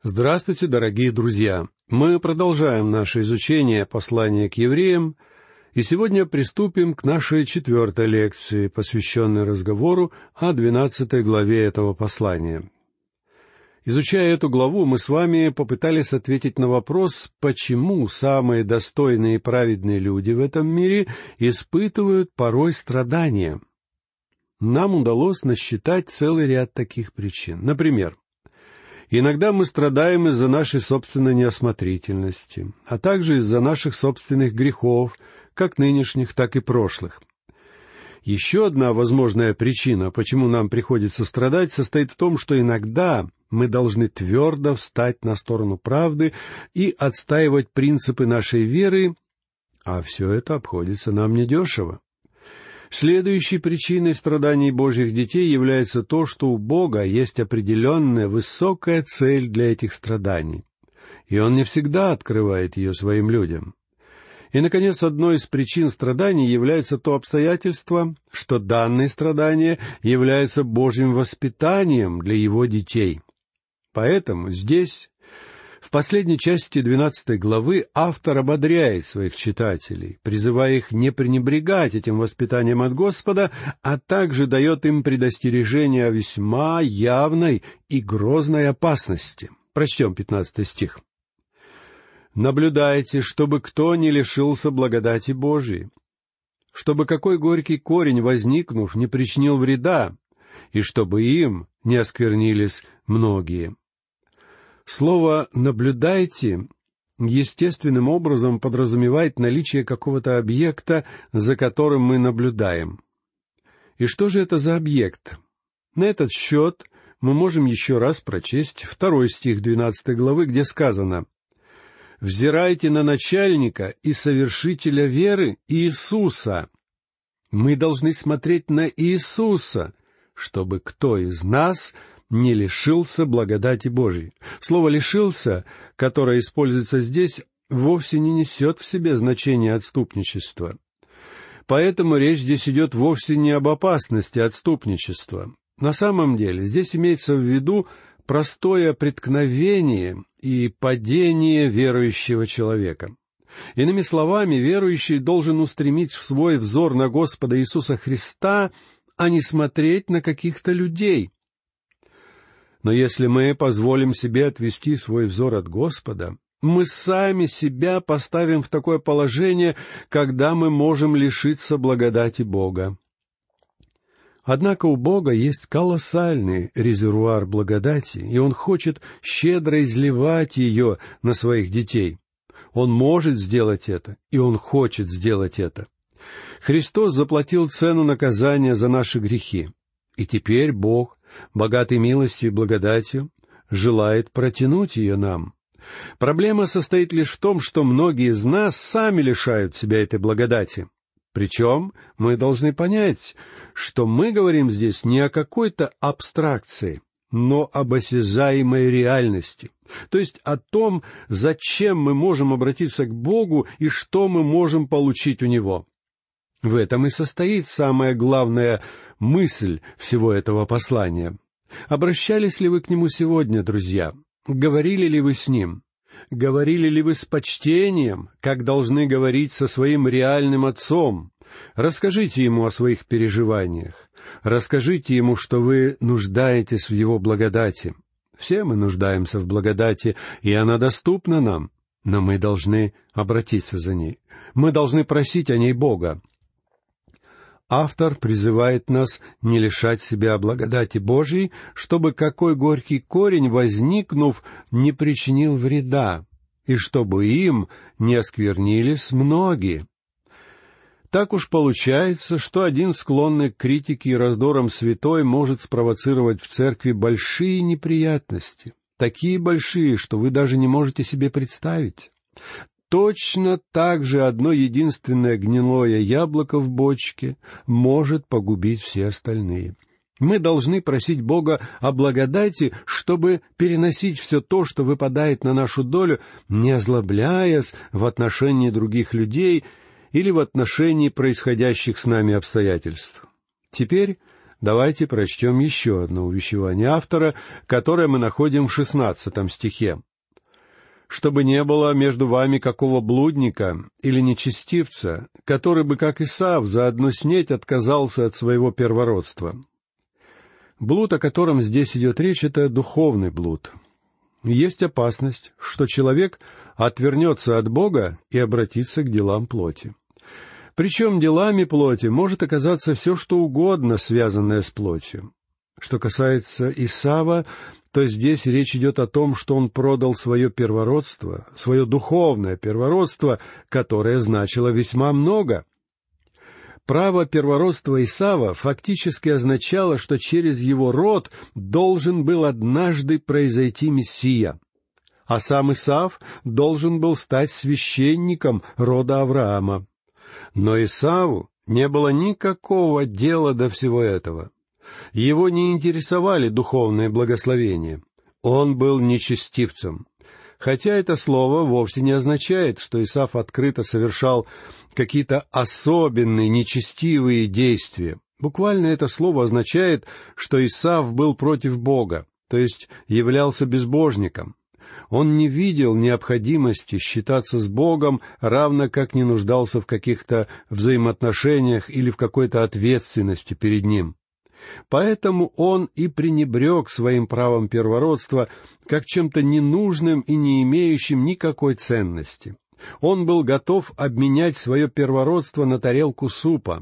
Здравствуйте, дорогие друзья! Мы продолжаем наше изучение послания к евреям, и сегодня приступим к нашей 4-й лекции, посвященной разговору о 12 главе этого послания. Изучая эту главу, мы с вами попытались ответить на вопрос, почему самые достойные и праведные люди в этом мире испытывают порой страдания. Нам удалось насчитать целый ряд таких причин. Например, иногда мы страдаем из-за нашей собственной неосмотрительности, а также из-за наших собственных грехов, как нынешних, так и прошлых. Еще одна возможная причина, почему нам приходится страдать, состоит в том, что иногда мы должны твердо встать на сторону правды и отстаивать принципы нашей веры, а все это обходится нам недешево. Следующей причиной страданий Божьих детей является то, что у Бога есть определенная высокая цель для этих страданий, и Он не всегда открывает ее своим людям. И, наконец, одной из причин страданий является то обстоятельство, что данные страдания являются Божьим воспитанием для Его детей. Поэтому здесь, в последней части 12 главы, автор ободряет своих читателей, призывая их не пренебрегать этим воспитанием от Господа, а также дает им предостережение о весьма явной и грозной опасности. Прочтем 15 стих. «Наблюдайте, чтобы кто не лишился благодати Божией, чтобы какой горький корень, возникнув, не причинил вреда, и чтобы им не осквернились многие». Слово «наблюдайте» естественным образом подразумевает наличие какого-то объекта, за которым мы наблюдаем. И что же это за объект? На этот счет мы можем еще раз прочесть 2 стих 12 главы, где сказано: «Взирайте на начальника и совершителя веры Иисуса». Мы должны смотреть на Иисуса, чтобы кто из нас не лишился благодати Божией. Слово «лишился», которое используется здесь, вовсе не несет в себе значение отступничества. Поэтому речь здесь идет вовсе не об опасности отступничества. На самом деле здесь имеется в виду простое преткновение и падение верующего человека. Иными словами, верующий должен устремить свой взор на Господа Иисуса Христа, а не смотреть на каких-то людей. Но если мы позволим себе отвести свой взор от Господа, мы сами себя поставим в такое положение, когда мы можем лишиться благодати Бога. Однако у Бога есть колоссальный резервуар благодати, и Он хочет щедро изливать ее на своих детей. Он может сделать это, и Он хочет сделать это. Христос заплатил цену наказания за наши грехи, и теперь Бог, богатый милостью и благодатью, желает протянуть ее нам. Проблема состоит лишь в том, что многие из нас сами лишают себя этой благодати. Причем мы должны понять, что мы говорим здесь не о какой-то абстракции, но об осязаемой реальности, то есть о том, зачем мы можем обратиться к Богу и что мы можем получить у Него. В этом и состоит самая главная мысль всего этого послания. Обращались ли вы к Нему сегодня, друзья? Говорили ли вы с Ним? Говорили ли вы с почтением, как должны говорить со своим реальным Отцом? Расскажите Ему о своих переживаниях. Расскажите Ему, что вы нуждаетесь в Его благодати. Все мы нуждаемся в благодати, и она доступна нам, но мы должны обратиться за ней. Мы должны просить о ней Бога. Автор призывает нас не лишать себя благодати Божией, чтобы какой горький корень, возникнув, не причинил вреда, и чтобы им не осквернились многие. Так уж получается, что один склонный к критике и раздорам святой может спровоцировать в церкви большие неприятности, такие большие, что вы даже не можете себе представить. Точно так же одно единственное гнилое яблоко в бочке может погубить все остальные. Мы должны просить Бога о благодати, чтобы переносить все то, что выпадает на нашу долю, не озлобляясь в отношении других людей или в отношении происходящих с нами обстоятельств. Теперь Давайте прочтем еще одно увещевание автора, которое мы находим в 16 стихе. «Чтобы не было между вами какого блудника или нечестивца, который бы, как Исав, за одну снеть отказался от своего первородства». Блуд, о котором здесь идет речь, — это духовный блуд. Есть опасность, что человек отвернется от Бога и обратится к делам плоти. Причем делами плоти может оказаться все, что угодно, связанное с плотью. Что касается Исава, то здесь речь идет о том, что он продал свое первородство, свое духовное первородство, которое значило весьма много. Право первородства Исава фактически означало, что через его род должен был однажды произойти Мессия, а сам Исав должен был стать священником рода Авраама. Но Исаву не было никакого дела до всего этого. Его не интересовали духовные благословения. Он был нечестивцем. Хотя это слово вовсе не означает, что Исав открыто совершал какие-то особенные нечестивые действия. Буквально это слово означает, что Исав был против Бога, то есть являлся безбожником. Он не видел необходимости считаться с Богом, равно как не нуждался в каких-то взаимоотношениях или в какой-то ответственности перед Ним. Поэтому он и пренебрег своим правом первородства как чем-то ненужным и не имеющим никакой ценности. Он был готов обменять свое первородство на тарелку супа.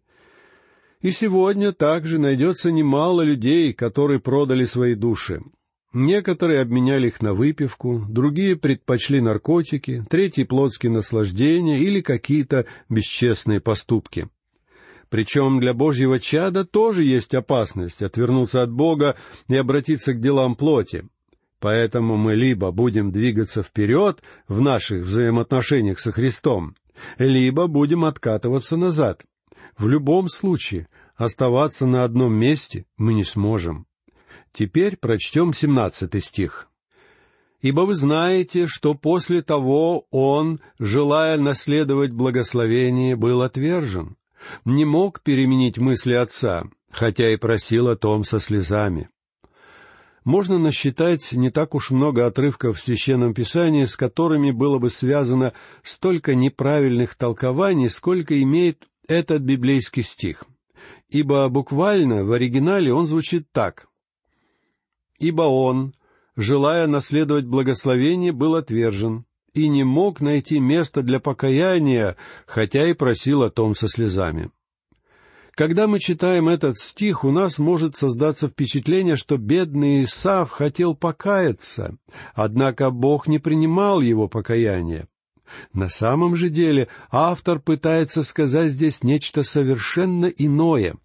И сегодня также найдется немало людей, которые продали свои души. Некоторые обменяли их на выпивку, другие предпочли наркотики, третьи — плотские наслаждения или какие-то бесчестные поступки. Причем для Божьего чада тоже есть опасность отвернуться от Бога и обратиться к делам плоти. Поэтому мы либо будем двигаться вперед в наших взаимоотношениях со Христом, либо будем откатываться назад. В любом случае, оставаться на одном месте мы не сможем. Теперь прочтем 17 стих. «Ибо вы знаете, что после того он, желая наследовать благословение, был отвержен, не мог переменить мысли отца, хотя и просил о том со слезами». Можно насчитать не так уж много отрывков в Священном Писании, с которыми было бы связано столько неправильных толкований, сколько имеет этот библейский стих. Ибо буквально в оригинале он звучит так. «Ибо он, желая наследовать благословение, был отвержен и не мог найти места для покаяния, хотя и просил о том со слезами». Когда мы читаем этот стих, у нас может создаться впечатление, что бедный Исав хотел покаяться, однако Бог не принимал его покаяние. На самом же деле автор пытается сказать здесь нечто совершенно иное.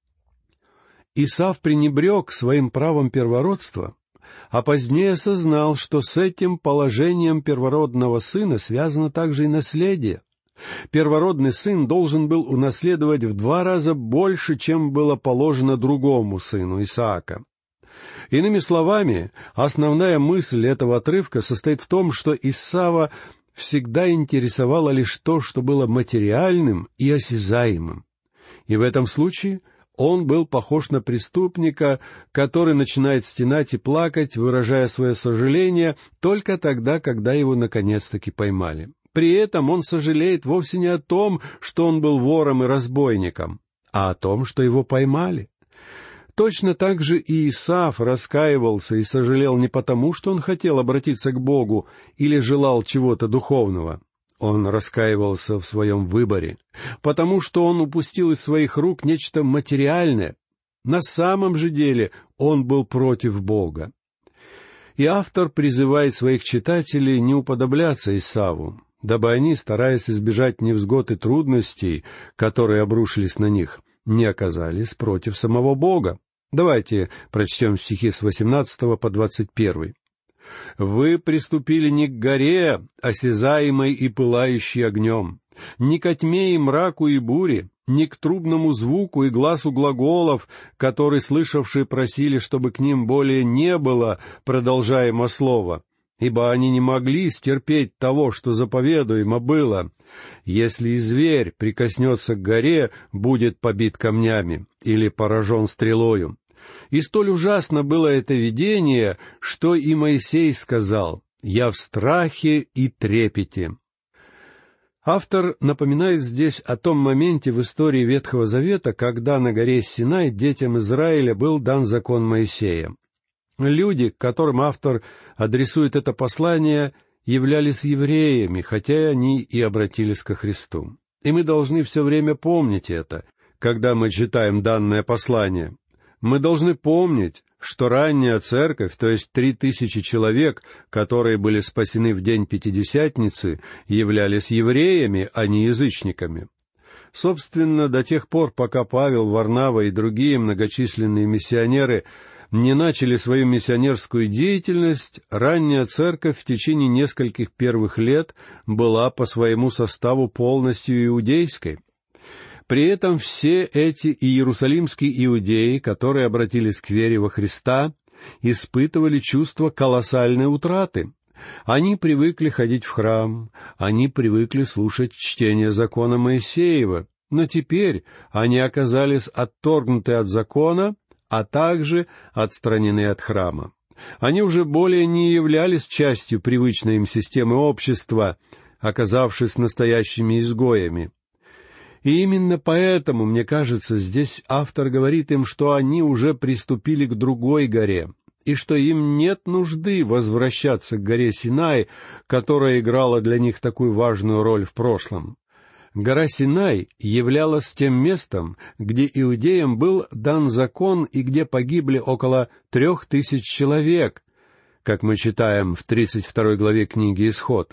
Исав пренебрег своим правом первородства, а позднее осознал, что с этим положением первородного сына связано также и наследие. Первородный сын должен был унаследовать в 2 раза больше, чем было положено другому сыну Исаака. Иными словами, основная мысль этого отрывка состоит в том, что Исава всегда интересовало лишь то, что было материальным и осязаемым. И в этом случае он был похож на преступника, который начинает стенать и плакать, выражая свое сожаление только тогда, когда его наконец-таки поймали. При этом он сожалеет вовсе не о том, что он был вором и разбойником, а о том, что его поймали. Точно так же и Исав раскаивался и сожалел не потому, что он хотел обратиться к Богу или желал чего-то духовного. Он раскаивался в своем выборе, потому что он упустил из своих рук нечто материальное. На самом же деле он был против Бога. И автор призывает своих читателей не уподобляться Исаву, дабы они, стараясь избежать невзгод и трудностей, которые обрушились на них, не оказались против самого Бога. Давайте прочтем стихи с 18 по 21. «Вы приступили не к горе, осязаемой и пылающей огнем, не ко тьме и мраку и буре, не к трубному звуку и гласу глаголов, которые слышавшие просили, чтобы к ним более не было продолжаемо слова. ибо они не могли стерпеть того, что заповедуемо было. Если и зверь прикоснется к горе, будет побит камнями или поражен стрелою. И столь ужасно было это видение, что и Моисей сказал: «Я в страхе и трепете». Автор напоминает здесь о том моменте в истории Ветхого Завета, когда на горе Синай детям Израиля был дан закон Моисея. Люди, к которым автор адресует это послание, являлись евреями, хотя они и обратились ко Христу. И мы должны все время помнить это, когда мы читаем данное послание. Мы должны помнить, что ранняя церковь, то есть 3000 человек, которые были спасены в день Пятидесятницы, являлись евреями, а не язычниками. Собственно, до тех пор, пока Павел, Варнава и другие многочисленные миссионеры не начали свою миссионерскую деятельность, ранняя церковь в течение нескольких первых лет была по своему составу полностью иудейской. При этом все эти иерусалимские иудеи, которые обратились к вере во Христа, испытывали чувство колоссальной утраты. Они привыкли ходить в храм, они привыкли слушать чтение закона Моисеева, но теперь они оказались отторгнуты от закона, а также отстранены от храма. Они уже более не являлись частью привычной им системы общества, оказавшись настоящими изгоями. И именно поэтому, мне кажется, здесь автор говорит им, что они уже приступили к другой горе, и что им нет нужды возвращаться к горе Синай, которая играла для них такую важную роль в прошлом. Гора Синай являлась тем местом, где иудеям был дан закон и где погибли около 3000 человек, как мы читаем в 32 главе книги «Исход».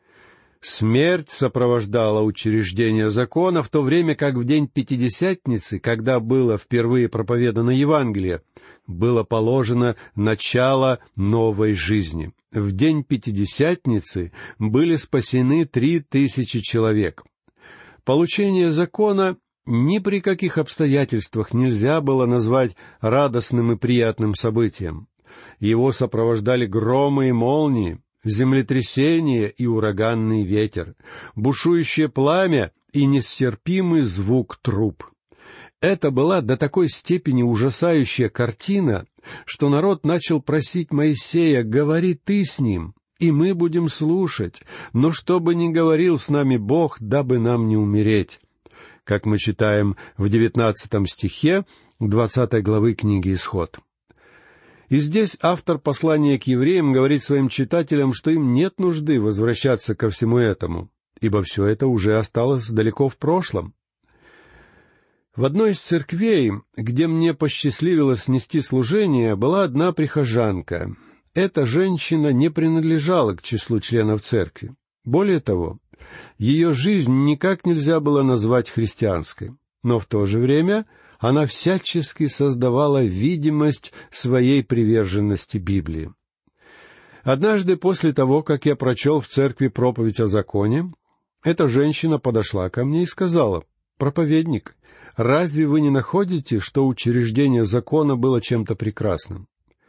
Смерть сопровождала учреждение закона, в то время как в день Пятидесятницы, когда было впервые проповедано Евангелие, было положено начало новой жизни. В день Пятидесятницы были спасены 3000 человек. Получение закона ни при каких обстоятельствах нельзя было назвать радостным и приятным событием. Его сопровождали громы и молнии, землетрясение и ураганный ветер, бушующее пламя и нестерпимый звук труб. Это была до такой степени ужасающая картина, что народ начал просить Моисея: «Говори ты с ним, и мы будем слушать, но что бы ни говорил с нами Бог, дабы нам не умереть», как мы читаем в 19 стихе 20 главы книги «Исход». И здесь автор послания к евреям говорит своим читателям, что им нет нужды возвращаться ко всему этому, ибо все это уже осталось далеко в прошлом. В одной из церквей, где мне посчастливилось нести служение, была одна прихожанка. Эта женщина не принадлежала к числу членов церкви. Более того, ее жизнь никак нельзя было назвать христианской. Но в то же время она всячески создавала видимость своей приверженности Библии. Однажды после того, как я прочел в церкви проповедь о законе, эта женщина подошла ко мне и сказала: «Проповедник, разве вы не находите, что учреждение закона было чем-то прекрасным?»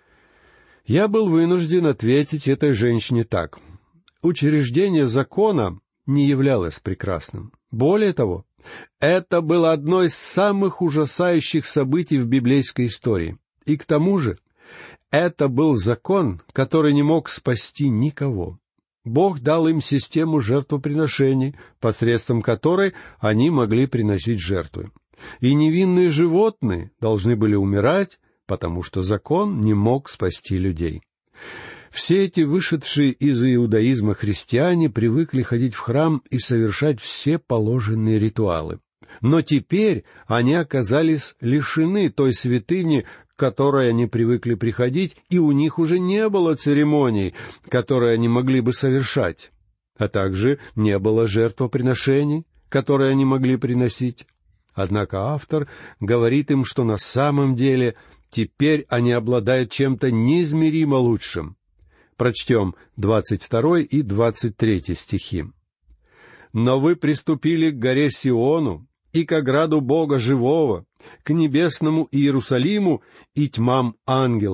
Я был вынужден ответить этой женщине так: учреждение закона не являлось прекрасным. Более того, это было одно из самых ужасающих событий в библейской истории. И к тому же, это был закон, который не мог спасти никого. Бог дал им систему жертвоприношений, посредством которой они могли приносить жертвы. И невинные животные должны были умирать, потому что закон не мог спасти людей. Все эти вышедшие из иудаизма христиане привыкли ходить в храм и совершать все положенные ритуалы. Но теперь они оказались лишены той святыни, к которой они привыкли приходить, и у них уже не было церемоний, которые они могли бы совершать, а также не было жертвоприношений, которые они могли приносить. Однако автор говорит им, что на самом деле теперь они обладают чем-то неизмеримо лучшим. Прочтем 22 и 23 стихи. «Но вы приступили к горе Сиону и к ограду Бога живого, к небесному Иерусалиму и тьмам ангелов,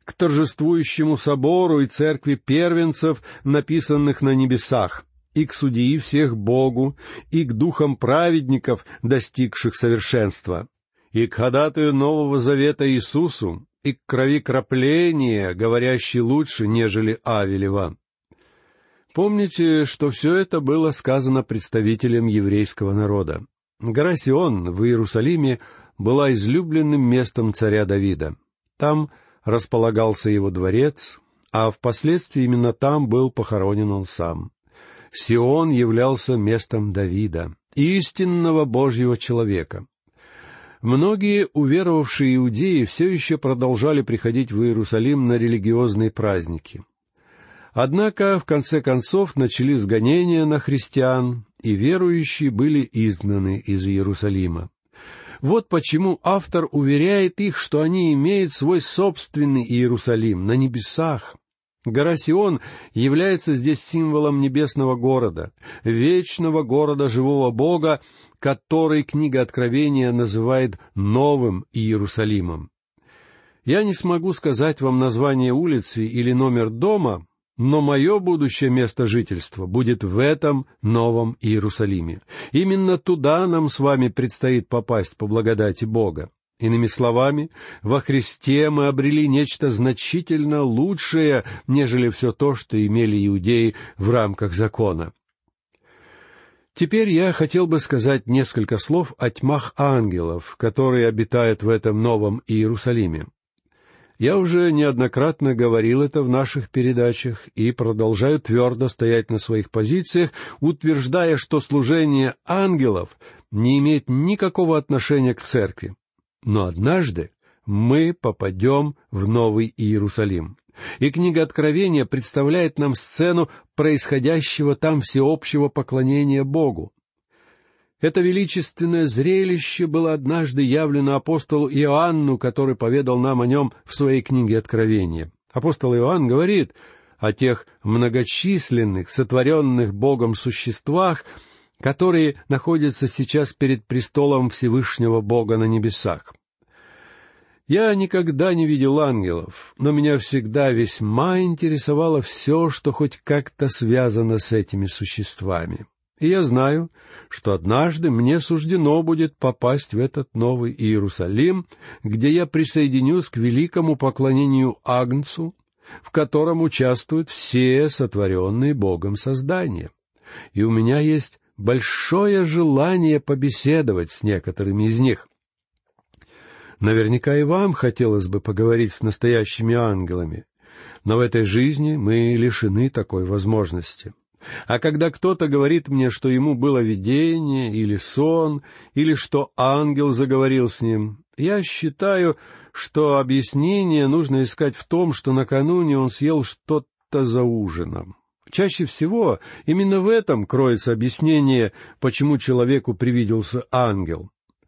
к торжествующему собору и церкви первенцев, написанных на небесах, и к судьи всех Богу, и к духам праведников, достигших совершенства, и к ходатаю Нового Завета Иисусу, и к крови крапления, говорящей лучше, нежели Авелева». Помните, что все это было сказано представителям еврейского народа. Гора Сион в Иерусалиме была излюбленным местом царя Давида. Там располагался его дворец, а впоследствии именно там был похоронен он сам. Сион являлся местом Давида, истинного Божьего человека. Многие уверовавшие иудеи все еще продолжали приходить в Иерусалим на религиозные праздники. Однако, в конце концов, начались гонения на христиан, и верующие были изгнаны из Иерусалима. Вот почему автор уверяет их, что они имеют свой собственный Иерусалим на небесах. Гора Сион является здесь символом небесного города, вечного города живого Бога, который книга Откровения называет Новым Иерусалимом. Я не смогу сказать вам название улицы или номер дома, но мое будущее место жительства будет в этом Новом Иерусалиме. Именно туда нам с вами предстоит попасть по благодати Бога. Иными словами, во Христе мы обрели нечто значительно лучшее, нежели все то, что имели иудеи в рамках закона. Теперь я хотел бы сказать несколько слов о тьмах ангелов, которые обитают в этом Новом Иерусалиме. Я уже неоднократно говорил это в наших передачах и продолжаю твердо стоять на своих позициях, утверждая, что служение ангелов не имеет никакого отношения к церкви. Но однажды мы попадем в Новый Иерусалим. И книга Откровения представляет нам сцену происходящего там всеобщего поклонения Богу. Это величественное зрелище было однажды явлено апостолу Иоанну, который поведал нам о нем в своей книге Откровения. Апостол Иоанн говорит о тех многочисленных, сотворенных Богом существах, которые находятся сейчас перед престолом Всевышнего Бога на небесах. Я никогда не видел ангелов, но меня всегда весьма интересовало все, что хоть как-то связано с этими существами. И я знаю, что однажды мне суждено будет попасть в этот Новый Иерусалим, где я присоединюсь к великому поклонению Агнцу, в котором участвуют все сотворенные Богом создания. И у меня есть большое желание побеседовать с некоторыми из них. Наверняка и вам хотелось бы поговорить с настоящими ангелами, но в этой жизни мы лишены такой возможности. А когда кто-то говорит мне, что ему было видение или сон, или что ангел заговорил с ним, я считаю, что объяснение нужно искать в том, что накануне он съел что-то за ужином. Чаще всего именно в этом кроется объяснение, почему человеку привиделся ангел.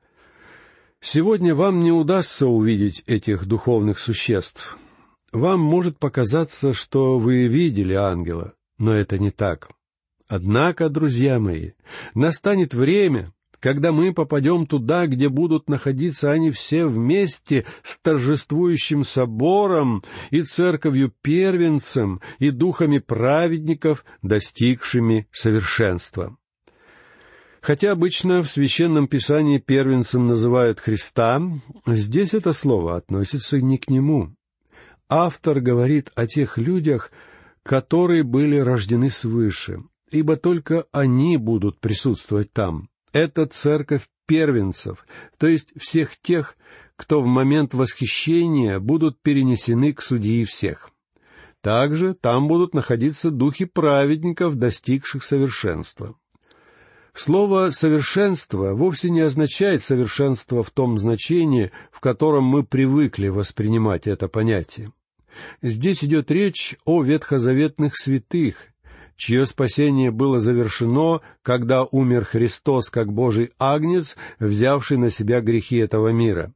Сегодня вам не удастся увидеть этих духовных существ. Вам может показаться, что вы видели ангела, но это не так. Однако, друзья мои, настанет время, когда мы попадем туда, где будут находиться они все вместе с торжествующим собором и церковью первенцем и духами праведников, достигшими совершенства. Хотя обычно в Священном Писании первенцем называют Христа, здесь это слово относится не к Нему. Автор говорит о тех людях, которые были рождены свыше, ибо только они будут присутствовать там. Это церковь первенцев, то есть всех тех, кто в момент восхищения будут перенесены к судьи всех. Также там будут находиться духи праведников, достигших совершенства. Слово «совершенство» вовсе не означает совершенство в том значении, в котором мы привыкли воспринимать это понятие. Здесь идет речь о ветхозаветных святых, чье спасение было завершено, когда умер Христос как Божий агнец, взявший на себя грехи этого мира.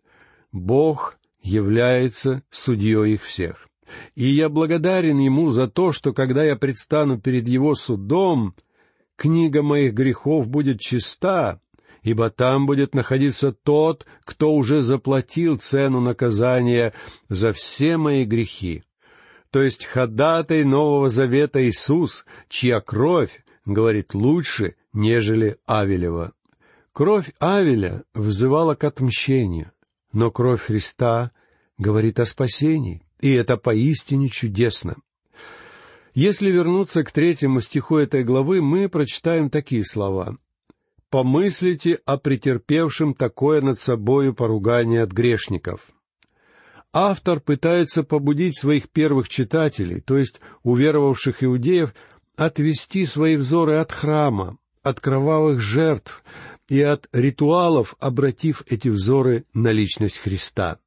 Бог является судьей их всех. И я благодарен Ему за то, что когда я предстану перед Его судом, книга моих грехов будет чиста, ибо там будет находиться тот, кто уже заплатил цену наказания за все мои грехи. То есть ходатай Нового Завета Иисус, чья кровь говорит лучше, нежели Авелева. Кровь Авеля взывала к отмщению, но кровь Христа говорит о спасении, и это поистине чудесно. Если вернуться к 3 стиху этой главы, мы прочитаем такие слова: «Помыслите о претерпевшем такое над собою поругание от грешников». Автор пытается побудить своих первых читателей, то есть уверовавших иудеев, отвести свои взоры от храма, от кровавых жертв и от ритуалов, обратив эти взоры на личность Христа.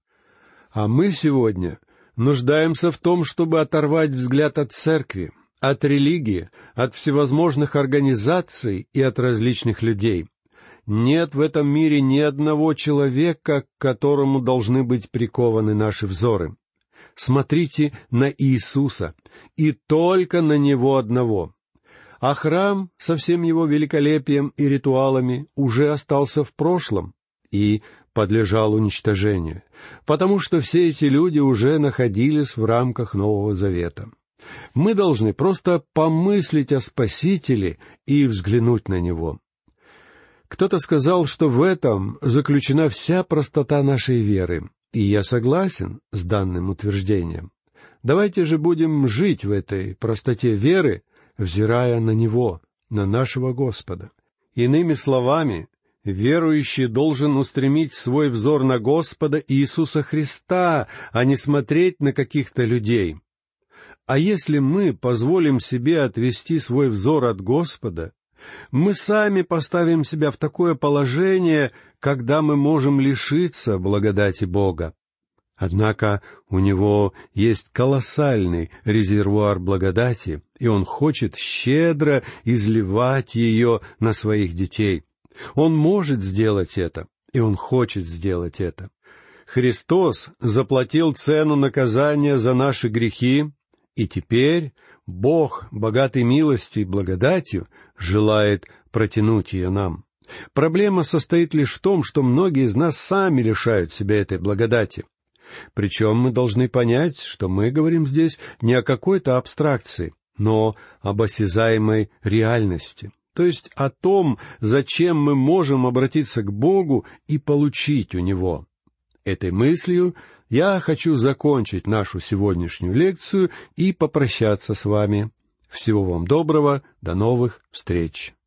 А мы сегодня нуждаемся в том, чтобы оторвать взгляд от церкви, от религии, от всевозможных организаций и от различных людей. Нет в этом мире ни одного человека, к которому должны быть прикованы наши взоры. Смотрите на Иисуса, и только на Него одного. А храм со всем его великолепием и ритуалами уже остался в прошлом и подлежал уничтожению, потому что все эти люди уже находились в рамках Нового Завета. Мы должны просто помыслить о Спасителе и взглянуть на Него. Кто-то сказал, что в этом заключена вся простота нашей веры, и я согласен с данным утверждением. Давайте же будем жить в этой простоте веры, взирая на Него, на нашего Господа. Иными словами, верующий должен устремить свой взор на Господа Иисуса Христа, а не смотреть на каких-то людей. А если мы позволим себе отвести свой взор от Господа, мы сами поставим себя в такое положение, когда мы можем лишиться благодати Бога. Однако у Него есть колоссальный резервуар благодати, и Он хочет щедро изливать ее на своих детей. Он может сделать это, и Он хочет сделать это. Христос заплатил цену наказания за наши грехи, и теперь Бог, богатый милостью и благодатью, желает протянуть ее нам. Проблема состоит лишь в том, что многие из нас сами лишают себя этой благодати. Причем мы должны понять, что мы говорим здесь не о какой-то абстракции, но об осязаемой реальности, то есть о том, зачем мы можем обратиться к Богу и получить у Него. Этой мыслью я хочу закончить нашу сегодняшнюю лекцию и попрощаться с вами. Всего вам доброго, до новых встреч!